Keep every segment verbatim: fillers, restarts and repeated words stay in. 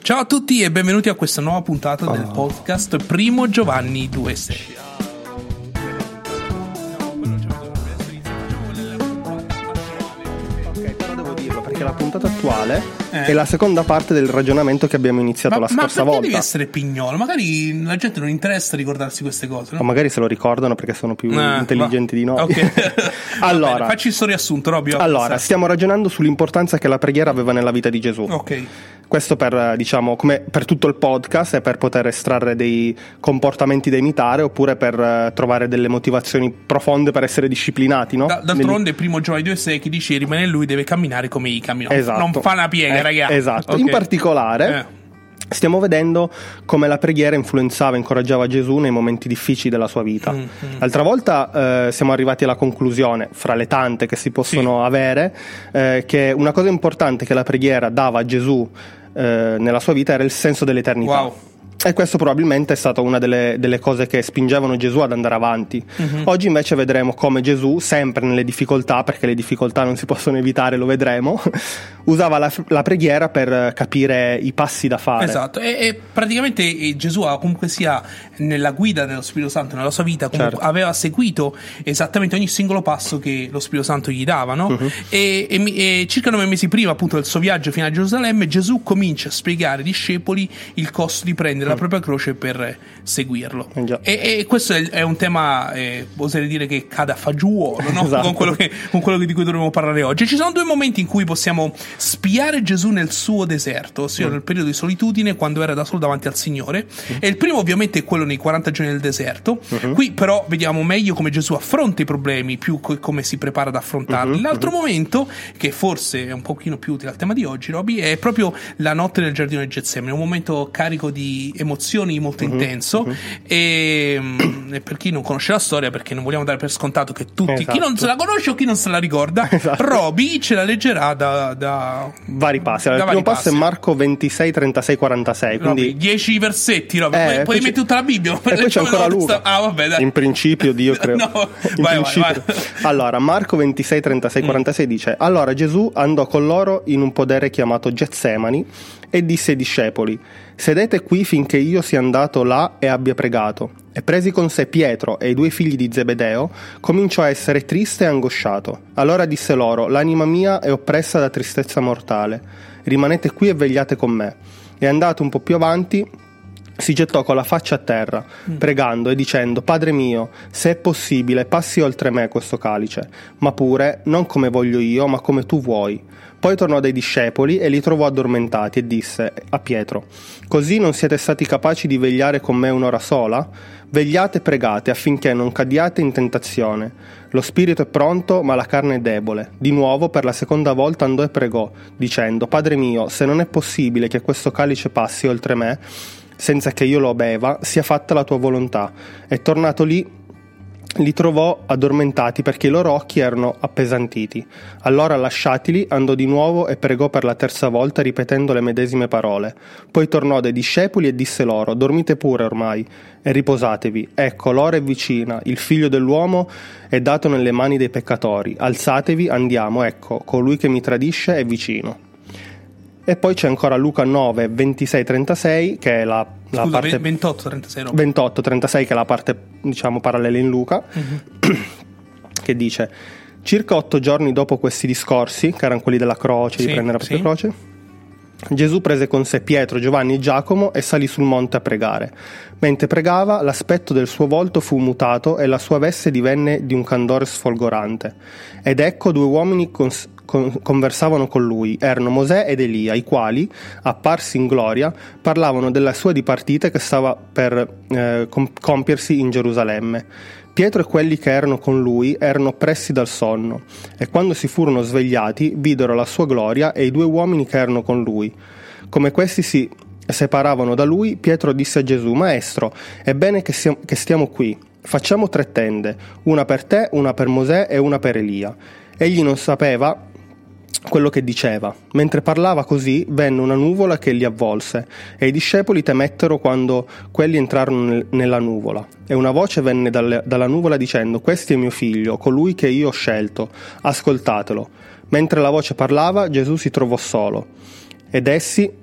Ciao a tutti e benvenuti a questa nuova puntata del podcast Primo Giovanni due sei. Ok, però devo dirlo perché la puntata attuale eh. è la seconda parte del ragionamento che abbiamo iniziato ma, la scorsa ma volta. Ma devi essere pignolo? Magari la gente non interessa ricordarsi queste cose, no? O magari se lo ricordano perché sono più eh, intelligenti va. di noi. Okay. Allora, bene, facci il suo riassunto, Robby. Allora, stiamo ragionando sull'importanza che la preghiera aveva nella vita di Gesù. Ok. Questo per, diciamo, come per tutto il podcast e per poter estrarre dei comportamenti da imitare oppure per uh, trovare delle motivazioni profonde per essere disciplinati, no? Da, d'altronde, Primo Giovanni due sei, chi dice rimane in lui deve camminare come i camminò. Esatto. Non fa una piega, eh, ragazzi. Esatto. Okay. In particolare... Eh. Stiamo vedendo come la preghiera influenzava e incoraggiava Gesù nei momenti difficili della sua vita. Mm-hmm. L'altra volta eh, siamo arrivati alla conclusione, fra le tante che si possono sì. avere, eh, che una cosa importante che la preghiera dava a Gesù eh, nella sua vita era il senso dell'eternità. Wow. E questo probabilmente è stata una delle, delle cose che spingevano Gesù ad andare avanti. Mm-hmm. Oggi invece vedremo come Gesù, sempre nelle difficoltà, perché le difficoltà non si possono evitare, lo vedremo, usava la, la preghiera per capire i passi da fare. Esatto, e, e praticamente Gesù comunque sia nella guida dello Spirito Santo nella sua vita, certo. aveva seguito esattamente ogni singolo passo che lo Spirito Santo gli dava, no? Mm-hmm. E, e, e circa nove mesi prima appunto del suo viaggio fino a Gerusalemme, Gesù comincia a spiegare ai discepoli il costo di prendere la propria croce per seguirlo. Eh e, e questo è, è un tema, eh, oserei dire, che cade a fagiolo, no? Esatto. con, quello che, con quello di cui dovremo parlare oggi. Ci sono due momenti in cui possiamo spiare Gesù nel suo deserto, ossia mm. nel periodo di solitudine, quando era da solo davanti al Signore. Mm. E il primo ovviamente è quello nei quaranta giorni del deserto. Mm-hmm. Qui però vediamo meglio come Gesù affronta i problemi, più co- come si prepara ad affrontarli. Mm-hmm. L'altro mm-hmm. momento, che forse è un pochino più utile al tema di oggi, Robby, è proprio la notte nel giardino di Getsemani, un momento carico di emozioni, molto mm-hmm. intenso. Mm-hmm. E, e per chi non conosce la storia, perché non vogliamo dare per scontato che tutti, esatto. chi non se la conosce o chi non se la ricorda, esatto. Robby ce la leggerà da, da vari passi. Allora, il primo passo è Marco ventisei, trentasei, quarantasei, quindi Robby, dieci versetti, Robby. Eh, puoi, puoi mettere tutta la Bibbia, e poi c'è ancora Luca. Sta... Ah, vabbè, dai. In principio Dio credo. No, In vai, principio. vai, vai. Allora, Marco ventisei, trentasei, quarantasei mm. dice: allora Gesù andò con loro in un podere chiamato Getsemani e disse ai discepoli: sedete qui finché io sia andato là e abbia pregato. E presi con sé Pietro e i due figli di Zebedeo, cominciò a essere triste e angosciato. Allora disse loro: l'anima mia è oppressa da tristezza mortale, rimanete qui e vegliate con me. E andato un po' più avanti si gettò con la faccia a terra, mm. pregando e dicendo: Padre mio, se è possibile, passi oltre me questo calice, ma pure non come voglio io, ma come tu vuoi. Poi tornò dai discepoli e li trovò addormentati e disse a Pietro: così non siete stati capaci di vegliare con me un'ora sola? Vegliate e pregate affinché non cadiate in tentazione. Lo spirito è pronto, ma la carne è debole. Di nuovo, per la seconda volta andò e pregò, dicendo: Padre mio, se non è possibile che questo calice passi oltre me, senza che io lo beva, sia fatta la tua volontà. E tornato lì, li trovò addormentati perché i loro occhi erano appesantiti. Allora, lasciatili, andò di nuovo e pregò per la terza volta, ripetendo le medesime parole. Poi tornò dai discepoli e disse loro: dormite pure ormai e riposatevi. Ecco, l'ora è vicina, il figlio dell'uomo è dato nelle mani dei peccatori. Alzatevi, andiamo, ecco, colui che mi tradisce è vicino. E poi c'è ancora Luca nove, ventisei, trentasei, che è la, la Scusa, parte ventotto, trentasei, no? ventotto, trentasei, che è la parte, diciamo, parallela in Luca, mm-hmm. che dice: circa otto giorni dopo questi discorsi, che erano quelli della croce, sì, di prendere la propria sì. croce, Gesù prese con sé Pietro, Giovanni e Giacomo e salì sul monte a pregare. Mentre pregava, l'aspetto del suo volto fu mutato e la sua veste divenne di un candore sfolgorante. Ed ecco due uomini cons- con- conversavano con lui, erano Mosè ed Elia, i quali, apparsi in gloria, parlavano della sua dipartita che stava per eh, com- compiersi in Gerusalemme. Pietro e quelli che erano con lui erano oppressi dal sonno, e quando si furono svegliati videro la sua gloria e i due uomini che erano con lui. Come questi si separavano da lui, Pietro disse a Gesù: Maestro, è bene che, siamo, che stiamo qui. Facciamo tre tende, una per te, una per Mosè e una per Elia. Egli non sapeva quello che diceva. Mentre parlava così, venne una nuvola che li avvolse, e i discepoli temettero quando quelli entrarono nel, nella nuvola. E una voce venne dalle, dalla nuvola dicendo: Questo è mio figlio, colui che io ho scelto, ascoltatelo. Mentre la voce parlava, Gesù si trovò solo, ed essi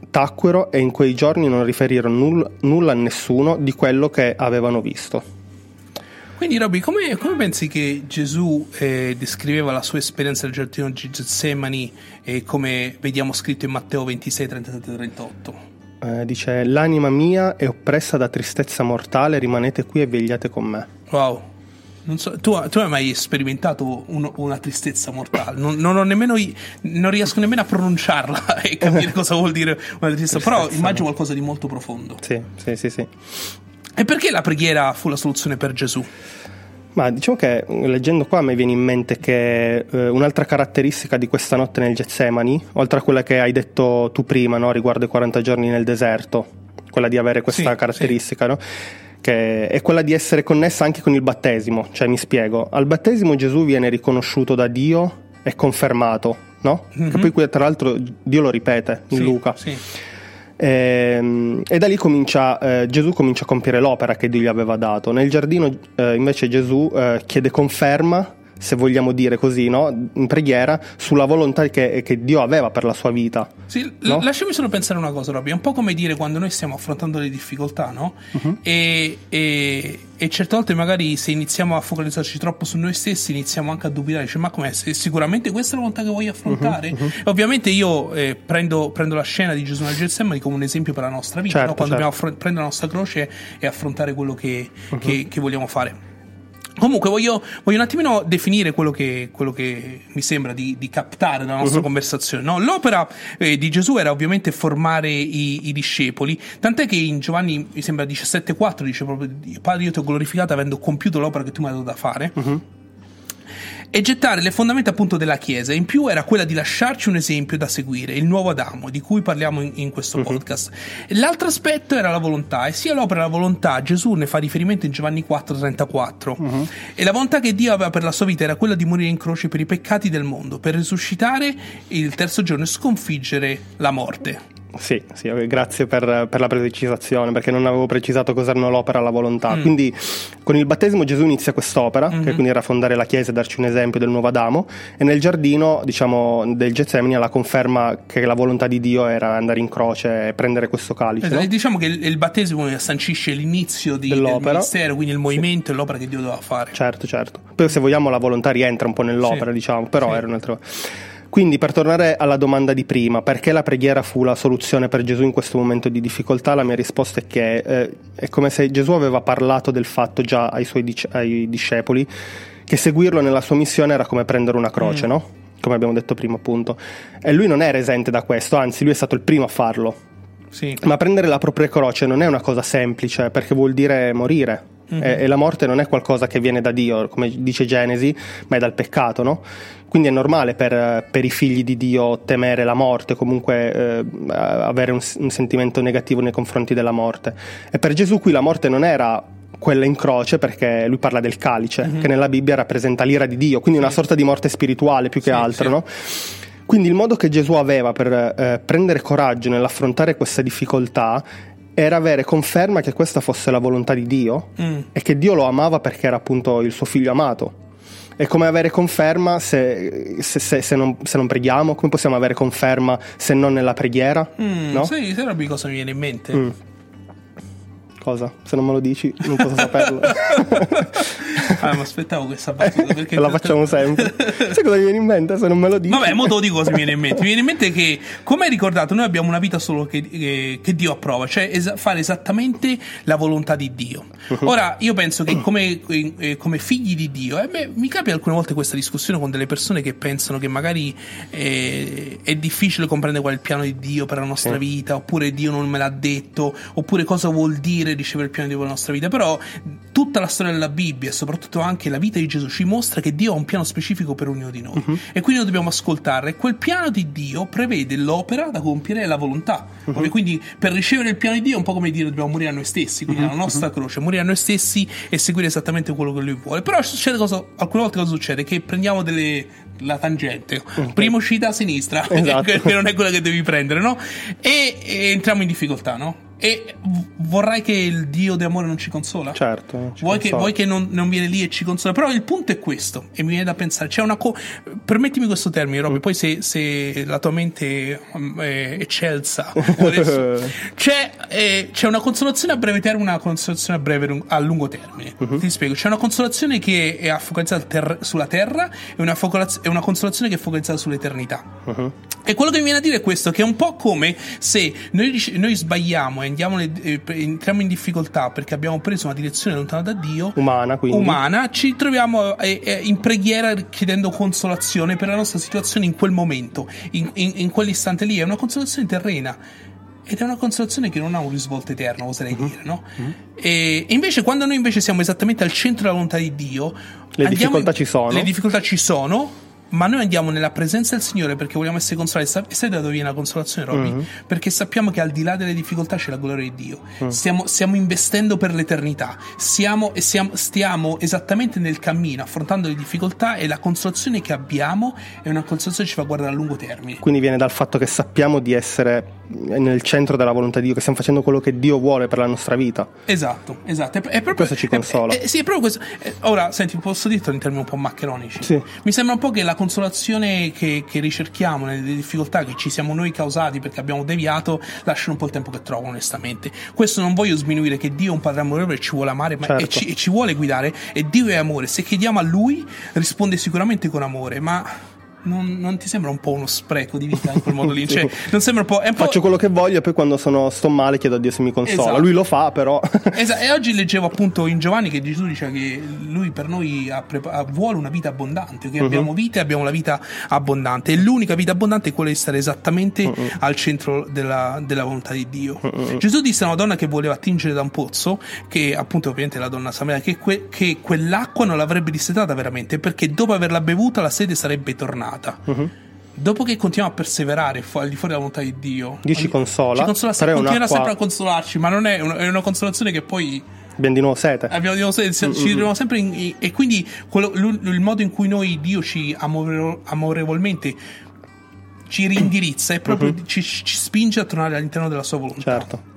tacquero e in quei giorni non riferirono nulla, nulla a nessuno di quello che avevano visto. Quindi Robby, come, come pensi che Gesù eh, descriveva la sua esperienza nel giardino di Getsemani, eh, come vediamo scritto in Matteo ventisei, trentasette trentotto? Eh, dice: l'anima mia è oppressa da tristezza mortale, rimanete qui e vegliate con me. Wow. Non so, tu, tu hai mai sperimentato un, una tristezza mortale? Non, non ho nemmeno, non riesco nemmeno a pronunciarla e capire cosa vuol dire una tristezza, però immagino qualcosa di molto profondo. Sì, sì, sì, sì. E perché la preghiera fu la soluzione per Gesù? Ma diciamo che leggendo qua mi viene in mente che eh, un'altra caratteristica di questa notte nel Getsemani, oltre a quella che hai detto tu prima, no, riguardo i quaranta giorni nel deserto, quella di avere questa sì, caratteristica, sì. no? Che è quella di essere connessa anche con il battesimo. Cioè, mi spiego, al battesimo Gesù viene riconosciuto da Dio e confermato, no? Mm-hmm. Che poi qui tra l'altro Dio lo ripete in sì, Luca. Sì. E, e da lì comincia eh, Gesù comincia a compiere l'opera che Dio gli aveva dato. Nel giardino eh, invece Gesù eh, chiede conferma, se vogliamo dire così, no? In preghiera, sulla volontà che, che Dio aveva per la sua vita. Sì, no? Lasciami solo pensare una cosa, Robby. È un po' come dire quando noi stiamo affrontando le difficoltà, no? Uh-huh. E, e, e certe volte magari se iniziamo a focalizzarci troppo su noi stessi, iniziamo anche a dubitare, dice, ma com'è? Sicuramente questa è la volontà che voglio affrontare? Uh-huh, uh-huh. E ovviamente io eh, prendo, prendo la scena di Gesù nel Getsemani come un esempio per la nostra vita, certo, no? Quando certo. dobbiamo prendere la nostra croce e affrontare quello che, uh-huh. che, che vogliamo fare. Comunque voglio, voglio un attimino definire quello che, quello che mi sembra di, di captare dalla nostra uh-huh. conversazione, no? L'opera eh, di Gesù era ovviamente formare i, i discepoli, tant'è che in Giovanni mi sembra diciassette quattro dice proprio: Padre, io ti ho glorificato avendo compiuto l'opera che tu mi hai dato da fare. Uh-huh. E gettare le fondamenta appunto della Chiesa. In più era quella di lasciarci un esempio da seguire, il nuovo Adamo di cui parliamo in, in questo uh-huh. podcast. L'altro aspetto era la volontà, e sia l'opera e la volontà Gesù ne fa riferimento in Giovanni quattro trentaquattro. Uh-huh. E la volontà che Dio aveva per la sua vita era quella di morire in croce per i peccati del mondo, per risuscitare il terzo giorno e sconfiggere la morte. Sì, sì, grazie per, per la precisazione, perché non avevo precisato cos'erano l'opera e la volontà. Mm. Quindi con il battesimo Gesù inizia quest'opera, mm-hmm. che quindi era fondare la Chiesa e darci un esempio del nuovo Adamo, e nel giardino, diciamo, del Getsemani la conferma che la volontà di Dio era andare in croce e prendere questo calice. Esatto, no? e diciamo che il, il battesimo sancisce l'inizio di, del ministero, quindi il movimento sì. e l'opera che Dio doveva fare. Certo, certo. Poi se vogliamo la volontà rientra un po' nell'opera, sì. diciamo, però sì. era un'altra. Quindi, per tornare alla domanda di prima, perché la preghiera fu la soluzione per Gesù in questo momento di difficoltà, la mia risposta è che eh, è come se Gesù aveva parlato del fatto già ai suoi dic- ai discepoli che seguirlo nella sua missione era come prendere una croce, mm. no? Come abbiamo detto prima, appunto. E lui non era esente da questo, anzi lui è stato il primo a farlo. Sì. Ma prendere la propria croce non è una cosa semplice, perché vuol dire morire. Mm-hmm. E, e la morte non è qualcosa che viene da Dio, come dice Genesi, ma è dal peccato, no? Quindi è normale per, per i figli di Dio temere la morte, comunque eh, avere un, un sentimento negativo nei confronti della morte. E per Gesù qui la morte non era quella in croce, perché lui parla del calice, mm-hmm. che nella Bibbia rappresenta l'ira di Dio, quindi sì. una sorta di morte spirituale più che sì, altro, sì. no? Quindi il modo che Gesù aveva per eh, prendere coraggio nell'affrontare questa difficoltà era avere conferma che questa fosse la volontà di Dio mm. e che Dio lo amava perché era appunto il suo figlio amato. È come avere conferma se, se, se, se, non, se non preghiamo, come possiamo avere conferma se non nella preghiera? Mm, no? Sai, sai Robby cosa mi viene in mente? Mm. Cosa? Se non me lo dici non posso saperlo. Ah, ma aspettavo questa battuta perché la facciamo sempre. Sai cosa mi viene in mente se non me lo dici? Vabbè, mo te lo dico cosa mi viene in mente. Mi viene in mente che, come hai ricordato, noi abbiamo una vita solo che, che, che Dio approva, cioè es- fare esattamente la volontà di Dio. Uh-huh. Ora, io penso che come, eh, come figli di Dio, eh, beh, mi capita alcune volte questa discussione con delle persone che pensano che magari eh, è difficile comprendere qual è il piano di Dio per la nostra sì. vita, oppure Dio non me l'ha detto, oppure cosa vuol dire ricevere il piano di Dio per la nostra vita. Però tutta la storia della Bibbia e soprattutto anche la vita di Gesù ci mostra che Dio ha un piano specifico per ognuno di noi, uh-huh. e quindi noi dobbiamo ascoltare. Quel piano di Dio prevede l'opera da compiere e la volontà, uh-huh. e quindi per ricevere il piano di Dio è un po' come dire dobbiamo morire a noi stessi, quindi uh-huh. la nostra croce, morire a noi stessi e seguire esattamente quello che Lui vuole. Però succede cosa, alcune volte cosa succede? Che prendiamo delle la tangente, uh-huh. prima uscita a sinistra, esatto. che non è quella che devi prendere, no? E, e entriamo in difficoltà, no? E vorrai che il Dio di amore non ci consola? Certo. Ci vuoi, che, consola. vuoi che non, non viene lì e ci consola? Però il punto è questo, e mi viene da pensare, c'è una co- permettimi questo termine, Robby, mm. poi se, se la tua mente è eccelsa adesso, c'è, eh, c'è una consolazione a breve termine e una consolazione a breve a lungo termine. Uh-huh. Ti spiego, c'è una consolazione che è focalizzata ter- sulla terra e una, focolaz- e una consolazione che è focalizzata sull'eternità. Uh-huh. E quello che mi viene a dire è questo, che è un po' come se noi, noi sbagliamo e andiamo eh, entriamo in difficoltà perché abbiamo preso una direzione lontana da Dio, umana, quindi. umana, ci troviamo eh, eh, in preghiera chiedendo consolazione per la nostra situazione in quel momento, in, in, in quell'istante lì. È una consolazione terrena ed è una consolazione che non ha un risvolto eterno, oserei uh-huh. dire, no? Uh-huh. E invece quando noi invece siamo esattamente al centro della volontà di Dio, le difficoltà in, ci sono le difficoltà ci sono ma noi andiamo nella presenza del Signore perché vogliamo essere consolati. E sai da dove viene la consolazione, Robby? Mm-hmm. Perché sappiamo che al di là delle difficoltà c'è la gloria di Dio. Mm. Stiamo, stiamo investendo per l'eternità. Siamo, e siamo, stiamo esattamente nel cammino, affrontando le difficoltà, e la consolazione che abbiamo è una consolazione che ci fa guardare a lungo termine. Quindi viene dal fatto che sappiamo di essere nel centro della volontà di Dio, che stiamo facendo quello che Dio vuole per la nostra vita. Esatto, esatto. È, è proprio, questo ci consola. È, è, sì, è proprio questo. È, ora, senti, posso dirti in termini un po' maccheronici? Sì. Mi sembra un po' che la consolazione che, che ricerchiamo nelle difficoltà che ci siamo noi causati perché abbiamo deviato lasciano un po' il tempo che trovano, onestamente. Questo non voglio sminuire che Dio è un padre amorevole e ci vuole amare, ma certo. e, ci, e ci vuole guidare, e Dio è amore. Se chiediamo a Lui risponde sicuramente con amore, ma Non, non ti sembra un po' uno spreco di vita in quel modo lì? Cioè, non sembra un po', è un po'... Faccio quello che voglio e poi quando sono, sto male chiedo a Dio se mi consola. Esatto. Lui lo fa, però. Esatto. E oggi leggevo appunto in Giovanni che Gesù dice che Lui per noi ha prepa- vuole una vita abbondante, che uh-huh. abbiamo vita e abbiamo la vita abbondante, e l'unica vita abbondante è quella di stare esattamente uh-huh. al centro della, della volontà di Dio. Uh-huh. Gesù disse a una donna che voleva attingere da un pozzo, che appunto ovviamente la donna Samaria, che, que- che quell'acqua non l'avrebbe dissetata veramente, perché dopo averla bevuta la sede sarebbe tornata. Uh-huh. Dopo che continuiamo a perseverare fu- al di fuori della volontà di Dio, Dio ci consola, ci consola sempre, continuerà sempre a consolarci, ma non è una, è una consolazione che poi abbiamo di nuovo sete, abbiamo di nuovo sete, ci troviamo sempre in, in, e quindi quello, il modo in cui noi Dio ci amore, amorevolmente ci rindirizza è proprio uh-huh. ci, ci spinge a tornare all'interno della sua volontà. Certo.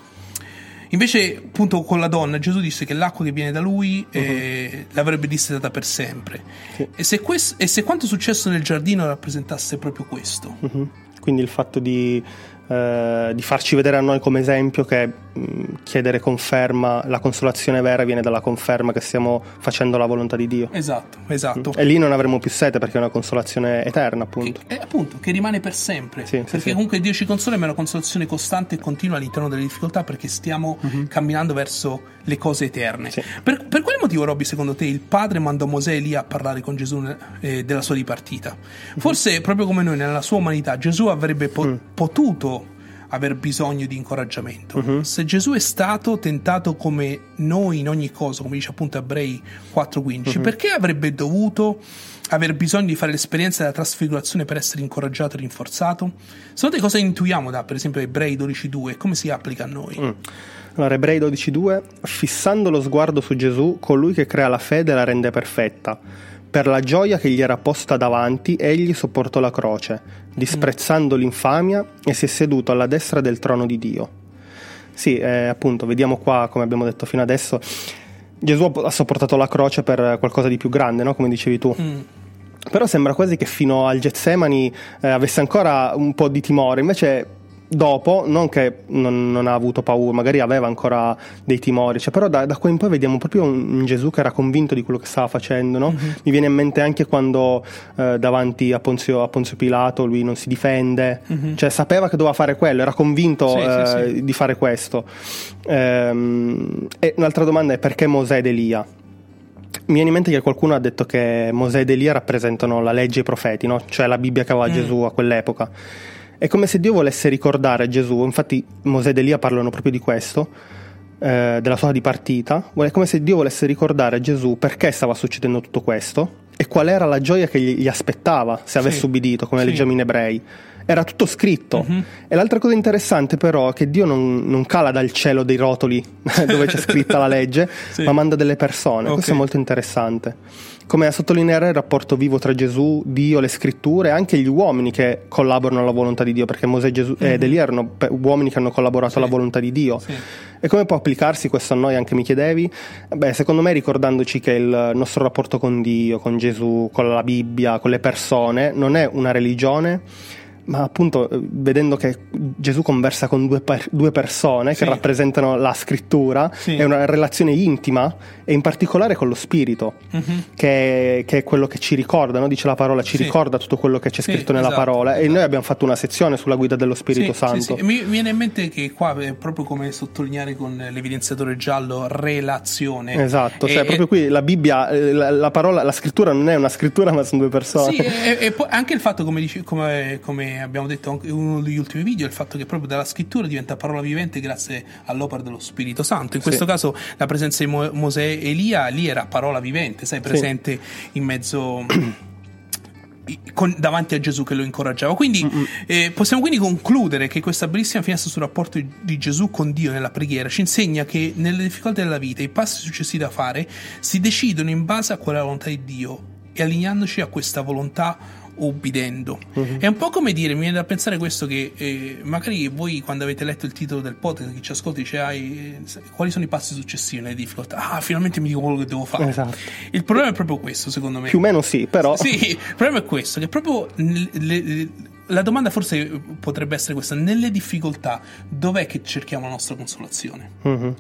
Invece, appunto, con la donna Gesù disse che l'acqua che viene da lui uh-huh. eh, l'avrebbe dissetata per sempre. Sì. E, se questo, e se quanto successo nel giardino rappresentasse proprio questo. Uh-huh. Quindi il fatto di, eh, di farci vedere a noi come esempio che mh, chiedere conferma, la consolazione vera viene dalla conferma che stiamo facendo la volontà di Dio. Esatto, esatto. E lì non avremo più sete perché è una consolazione eterna, appunto. Che, appunto, che rimane per sempre. Sì, perché sì, sì. comunque Dio ci consola, ma è una consolazione costante e continua all'interno delle difficoltà, perché stiamo uh-huh. camminando verso le cose eterne. Sì. Per, per quale motivo, Robby, secondo te il padre mandò Mosè e Elia a parlare con Gesù eh, della sua dipartita? Uh-huh. Forse proprio come noi nella sua umanità Gesù avrebbe po- uh-huh. potuto aver bisogno di incoraggiamento. Uh-huh. Se Gesù è stato tentato come noi in ogni cosa, come dice appunto Ebrei quattro quindici, uh-huh. perché avrebbe dovuto aver bisogno di fare l'esperienza della trasfigurazione per essere incoraggiato e rinforzato? Secondo te cosa intuiamo da, per esempio, Ebrei dodici due? Come si applica a noi? Mm. Allora, Ebrei dodici due: fissando lo sguardo su Gesù, colui che crea la fede e la rende perfetta. Per la gioia che gli era posta davanti, egli sopportò la croce, disprezzando mm. l'infamia, e si è seduto alla destra del trono di Dio. Sì, eh, appunto, vediamo qua, come abbiamo detto fino adesso, Gesù ha sopportato la croce per qualcosa di più grande, no? Come dicevi tu. Mm. Però sembra quasi che fino al Getsemani eh, avesse ancora un po' di timore, invece dopo, non che non, non ha avuto paura, magari aveva ancora dei timori, cioè, però da, da qua in poi vediamo proprio un, un Gesù che era convinto di quello che stava facendo, no? Mm-hmm. Mi viene in mente anche quando eh, davanti a Ponzio, a Ponzio Pilato lui non si difende, mm-hmm. cioè sapeva che doveva fare quello, era convinto sì, eh, sì, sì. di fare questo. Ehm, e un'altra domanda è: perché Mosè ed Elia? Mi viene in mente che qualcuno ha detto che Mosè ed Elia rappresentano la legge e i profeti, no? Cioè la Bibbia che aveva mm. Gesù a quell'epoca. È come se Dio volesse ricordare Gesù, infatti Mosè ed Elia parlano proprio di questo, eh, della sua dipartita. È come se Dio volesse ricordare a Gesù perché stava succedendo tutto questo e qual era la gioia che gli, gli aspettava se avesse sì. ubbidito, come sì. leggiamo in Ebrei. era tutto scritto. Mm-hmm. E l'altra cosa interessante però è che Dio non, non cala dal cielo dei rotoli dove c'è scritta la legge, sì. ma manda delle persone. Okay. Questo è molto interessante. Come a sottolineare il rapporto vivo tra Gesù, Dio, le scritture e anche gli uomini che collaborano alla volontà di Dio, perché Mosè e Gesù mm-hmm. ed Elia erano uomini che hanno collaborato sì. alla volontà di Dio. Sì. E come può applicarsi questo a noi, anche mi chiedevi? Beh, secondo me ricordandoci che il nostro rapporto con Dio, con Gesù, con la Bibbia, con le persone, non è una religione, ma appunto vedendo che Gesù conversa con due, per, due persone che sì. rappresentano la scrittura, sì. è una relazione intima e in particolare con lo spirito, uh-huh. che, che è quello che ci ricorda, no? Dice la parola, ci sì. ricorda tutto quello che c'è scritto sì, nella esatto, parola esatto. e noi abbiamo fatto una sezione sulla guida dello Spirito sì, Santo. Sì, sì. Mi viene in mente che qua è proprio come sottolineare con l'evidenziatore giallo, relazione. Esatto, e, cioè proprio qui la Bibbia, la, la parola, la scrittura non è una scrittura ma sono due persone. Sì, e, e poi anche il fatto, come, dici, come, come abbiamo detto anche in uno degli ultimi video, il fatto che proprio dalla scrittura diventa parola vivente grazie all'opera dello Spirito Santo. In questo sì. caso la presenza di Mo- Mosè e Elia lì era parola vivente, sai, presente sì. in mezzo con, davanti a Gesù che lo incoraggiava. Quindi eh, possiamo quindi concludere che questa bellissima finestra sul rapporto di, di Gesù con Dio nella preghiera ci insegna che nelle difficoltà della vita i passi successivi da fare si decidono in base a qual è la volontà di Dio e allineandoci a questa volontà obbedendo. Uh-huh. È un po' come dire, mi viene da pensare questo, che eh, magari voi quando avete letto il titolo del podcast, chi ci ascolta dice ah, eh, quali sono i passi successivi nelle difficoltà, ah finalmente mi dico quello che devo fare. Esatto. Il problema è proprio questo, secondo me. Più o meno sì, però sì, il problema è questo, che proprio le, le, la domanda forse potrebbe essere questa: nelle difficoltà dov'è che cerchiamo la nostra consolazione? Uh-huh.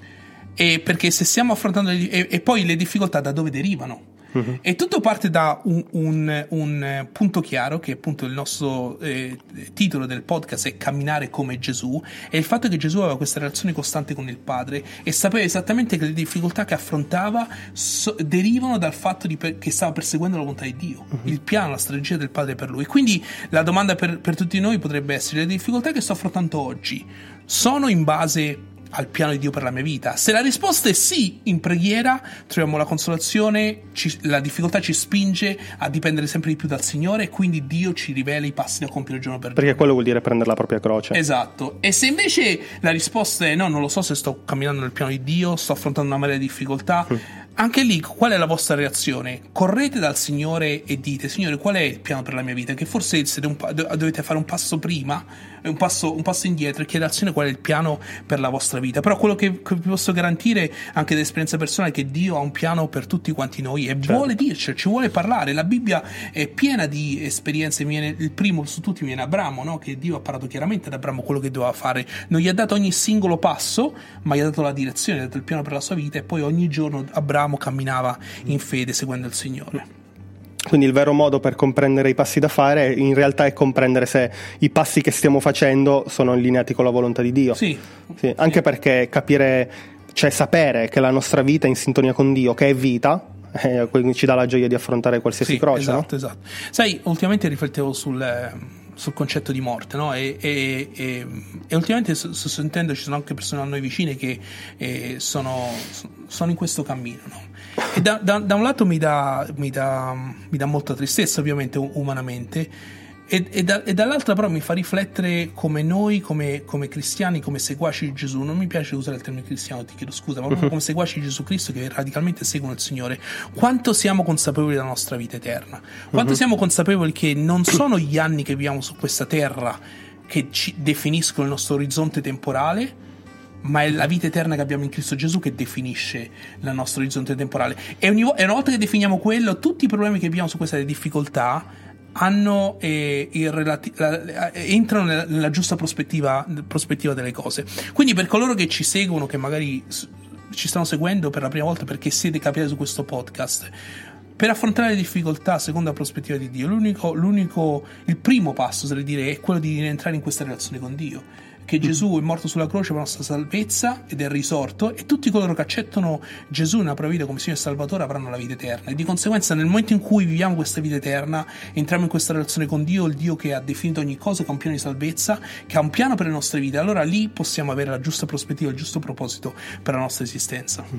E perché se stiamo affrontando le, e, e poi le difficoltà da dove derivano? Uh-huh. E tutto parte da un, un, un punto chiaro, che appunto il nostro eh, titolo del podcast è Camminare come Gesù, e il fatto che Gesù aveva questa relazione costante con il Padre e sapeva esattamente che le difficoltà che affrontava so, derivano dal fatto di per, che stava perseguendo la volontà di Dio, uh-huh. il piano, la strategia del Padre per lui. Quindi la domanda per, per tutti noi potrebbe essere: le difficoltà che sto affrontando oggi sono in base al piano di Dio per la mia vita? Se la risposta è sì, in preghiera troviamo la consolazione, ci, la difficoltà ci spinge a dipendere sempre di più dal Signore e quindi Dio ci rivela i passi da compiere giorno per giorno. Perché quello vuol dire prendere la propria croce. Esatto. E se invece la risposta è no, non lo so se sto camminando nel piano di Dio, sto affrontando una marea di difficoltà, mm. anche lì qual è la vostra reazione? Correte dal Signore e dite: Signore, qual è il piano per la mia vita? Che forse siete un pa- dovete fare un passo prima, un passo, un passo indietro, e chiedere al Signore qual è il piano per la vostra vita. Però quello che, che vi posso garantire anche da esperienza personale è che Dio ha un piano per tutti quanti noi e certo. vuole dirci, ci vuole parlare. La Bibbia è piena di esperienze. Viene, il primo su tutti viene Abramo, no? Che Dio ha parlato chiaramente ad Abramo quello che doveva fare. Non gli ha dato ogni singolo passo, ma gli ha dato la direzione, gli ha dato il piano per la sua vita, e poi ogni giorno Abramo camminava in fede seguendo il Signore. Quindi il vero modo per comprendere i passi da fare in realtà è comprendere se i passi che stiamo facendo sono allineati con la volontà di Dio. Sì. Sì, anche sì. perché capire, cioè sapere che la nostra vita è in sintonia con Dio, che è vita, eh, quindi ci dà la gioia di affrontare qualsiasi sì, croce. Esatto, no? esatto. Sai, ultimamente riflettevo sul... sul concetto di morte, no? E, e, e, e ultimamente sto sentendo, ci sono anche persone a noi vicine che eh, sono, sono in questo cammino, no? E da, da, da un lato mi dà, mi dà, mi dà molta tristezza, ovviamente, umanamente, e, e, da, e dall'altra però mi fa riflettere come noi, come, come cristiani, come seguaci di Gesù. Non mi piace usare il termine cristiano, ti chiedo scusa, ma proprio come seguaci di Gesù Cristo che radicalmente seguono il Signore, quanto siamo consapevoli della nostra vita eterna, quanto uh-huh. siamo consapevoli che non sono gli anni che viviamo su questa terra che ci definiscono il nostro orizzonte temporale, ma è la vita eterna che abbiamo in Cristo Gesù che definisce il nostro orizzonte temporale. E, ogni, e una volta che definiamo quello, tutti i problemi che viviamo su queste difficoltà hanno eh, il relati- la, eh, entrano nella, nella giusta prospettiva, prospettiva delle cose. Quindi per coloro che ci seguono, che magari s- ci stanno seguendo per la prima volta perché siete capitati su questo podcast, per affrontare le difficoltà secondo la prospettiva di Dio, l'unico, l'unico il primo passo, oserei dire, è quello di rientrare in questa relazione con Dio, che Gesù è morto sulla croce per la nostra salvezza ed è risorto, e tutti coloro che accettano Gesù nella propria vita come Signore e Salvatore avranno la vita eterna. E di conseguenza, nel momento in cui viviamo questa vita eterna, entriamo in questa relazione con Dio, il Dio che ha definito ogni cosa, che ha un piano di salvezza, che ha un piano per le nostre vite. Allora lì possiamo avere la giusta prospettiva, il giusto proposito per la nostra esistenza.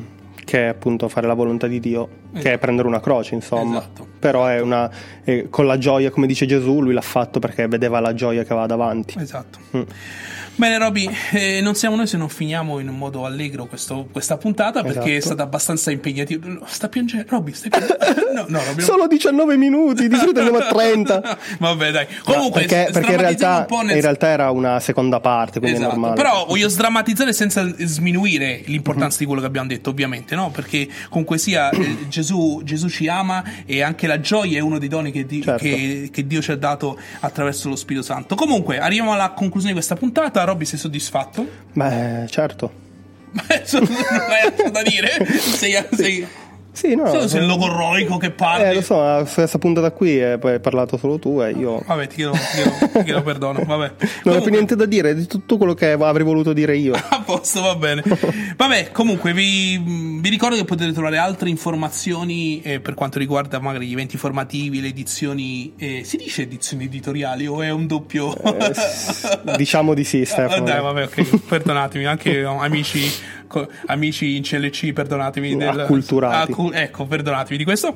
che è appunto fare la volontà di Dio, esatto. che è prendere una croce, insomma. Esatto. Però è una eh, con la gioia, come dice Gesù, lui l'ha fatto perché vedeva la gioia che aveva davanti. Esatto. Mm. Bene Roby, eh, non siamo noi se non finiamo in un modo allegro questo, questa puntata, perché esatto. è stata abbastanza impegnativa. Sta piangendo Roby, stai piangendo? No, no, Roby, solo diciannove minuti, di solito andiamo a trenta. Vabbè dai, comunque no, perché, perché in, realtà, nel... in realtà era una seconda parte, quindi esatto. è normale. Però voglio sdrammatizzare senza sminuire l'importanza mm-hmm. di quello che abbiamo detto, ovviamente, no? Perché comunque sia eh, Gesù, Gesù ci ama, e anche la gioia è uno dei doni che, di, certo. che, che Dio ci ha dato attraverso lo Spirito Santo. Comunque arriviamo alla conclusione di questa puntata. Roby, sei soddisfatto? Beh, certo. Non hai altro da dire? Sei, sei... Sì, no, sei, sei il logorroico che parli. Eh, lo so, la stessa puntata qui e poi hai parlato solo tu e io... Vabbè, ti chiedo, ti chiedo, ti chiedo perdono, vabbè. Non comunque... ho più niente da dire, di tutto quello che avrei voluto dire io. A posto, va bene. Vabbè, comunque vi, vi ricordo che potete trovare altre informazioni eh, per quanto riguarda magari gli eventi formativi, le edizioni... Eh, si dice edizioni editoriali o è un doppio... eh, s- diciamo di sì, Stefano. Dai, vabbè, ok, perdonatemi, anche amici... amici in C L C, perdonatemi del, acculturati. Accu- ecco, perdonatemi di questo.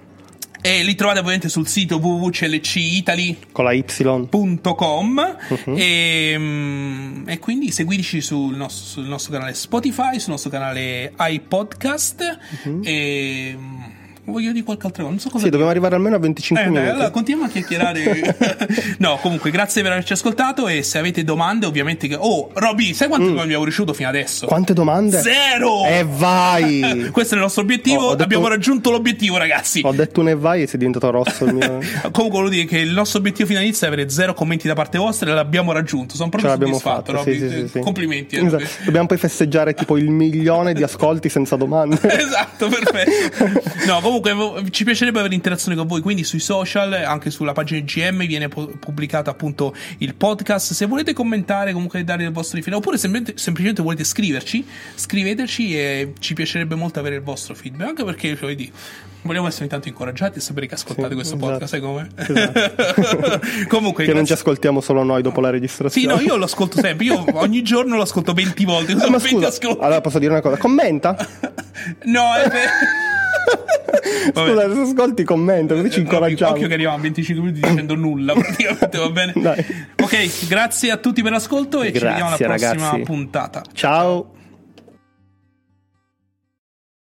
E li trovate ovviamente sul sito w w w punto c l c italy con la y punto com uh-huh. e, e quindi seguiteci sul nostro, sul nostro canale Spotify, sul nostro canale iPodcast uh-huh. e voglio dire qualche altra cosa, non so cosa sì, dobbiamo arrivare almeno a venticinque eh, minuti. Dai, allora continuiamo a chiacchierare. No, comunque grazie per averci ascoltato, e se avete domande ovviamente che... Oh, Roby, sai quante mm. domande abbiamo ricevuto fino adesso? Quante domande? Zero! E vai! Questo è il nostro obiettivo, oh, detto... abbiamo raggiunto l'obiettivo, ragazzi. Ho detto un e vai e si è diventato rosso il mio... Comunque volevo dire che il nostro obiettivo finalizio è avere zero commenti da parte vostra, e l'abbiamo raggiunto, sono proprio soddisfatto, fatto, Roby. Sì, sì, sì, complimenti. Esatto. Eh. Dobbiamo poi festeggiare tipo il milione di ascolti senza domande. Esatto, perfetto. No, comunque ci piace piacerebbe avere interazione con voi, quindi sui social, anche sulla pagina G M viene po- pubblicato appunto il podcast. Se volete commentare, comunque dare il vostro feedback, oppure semplicemente, semplicemente volete scriverci, scriveteci, e ci piacerebbe molto avere il vostro feedback, anche perché cioè, di, vogliamo essere intanto incoraggiati a sapere che ascoltate sì, questo podcast, sai come? Esatto. Comunque che non ci ascoltiamo solo noi dopo la registrazione. Sì, no, io lo ascolto sempre, io ogni giorno lo ascolto venti volte. Eh, ma scusa, allora posso dire una cosa, commenta? No, è per... Scusa, se ascolti commenta, così ci incoraggiamo. Occhio che arriviamo a venticinque minuti dicendo nulla praticamente, va bene? Dai. Ok, grazie a tutti per l'ascolto e grazie, ci vediamo alla prossima ragazzi. puntata. Ciao.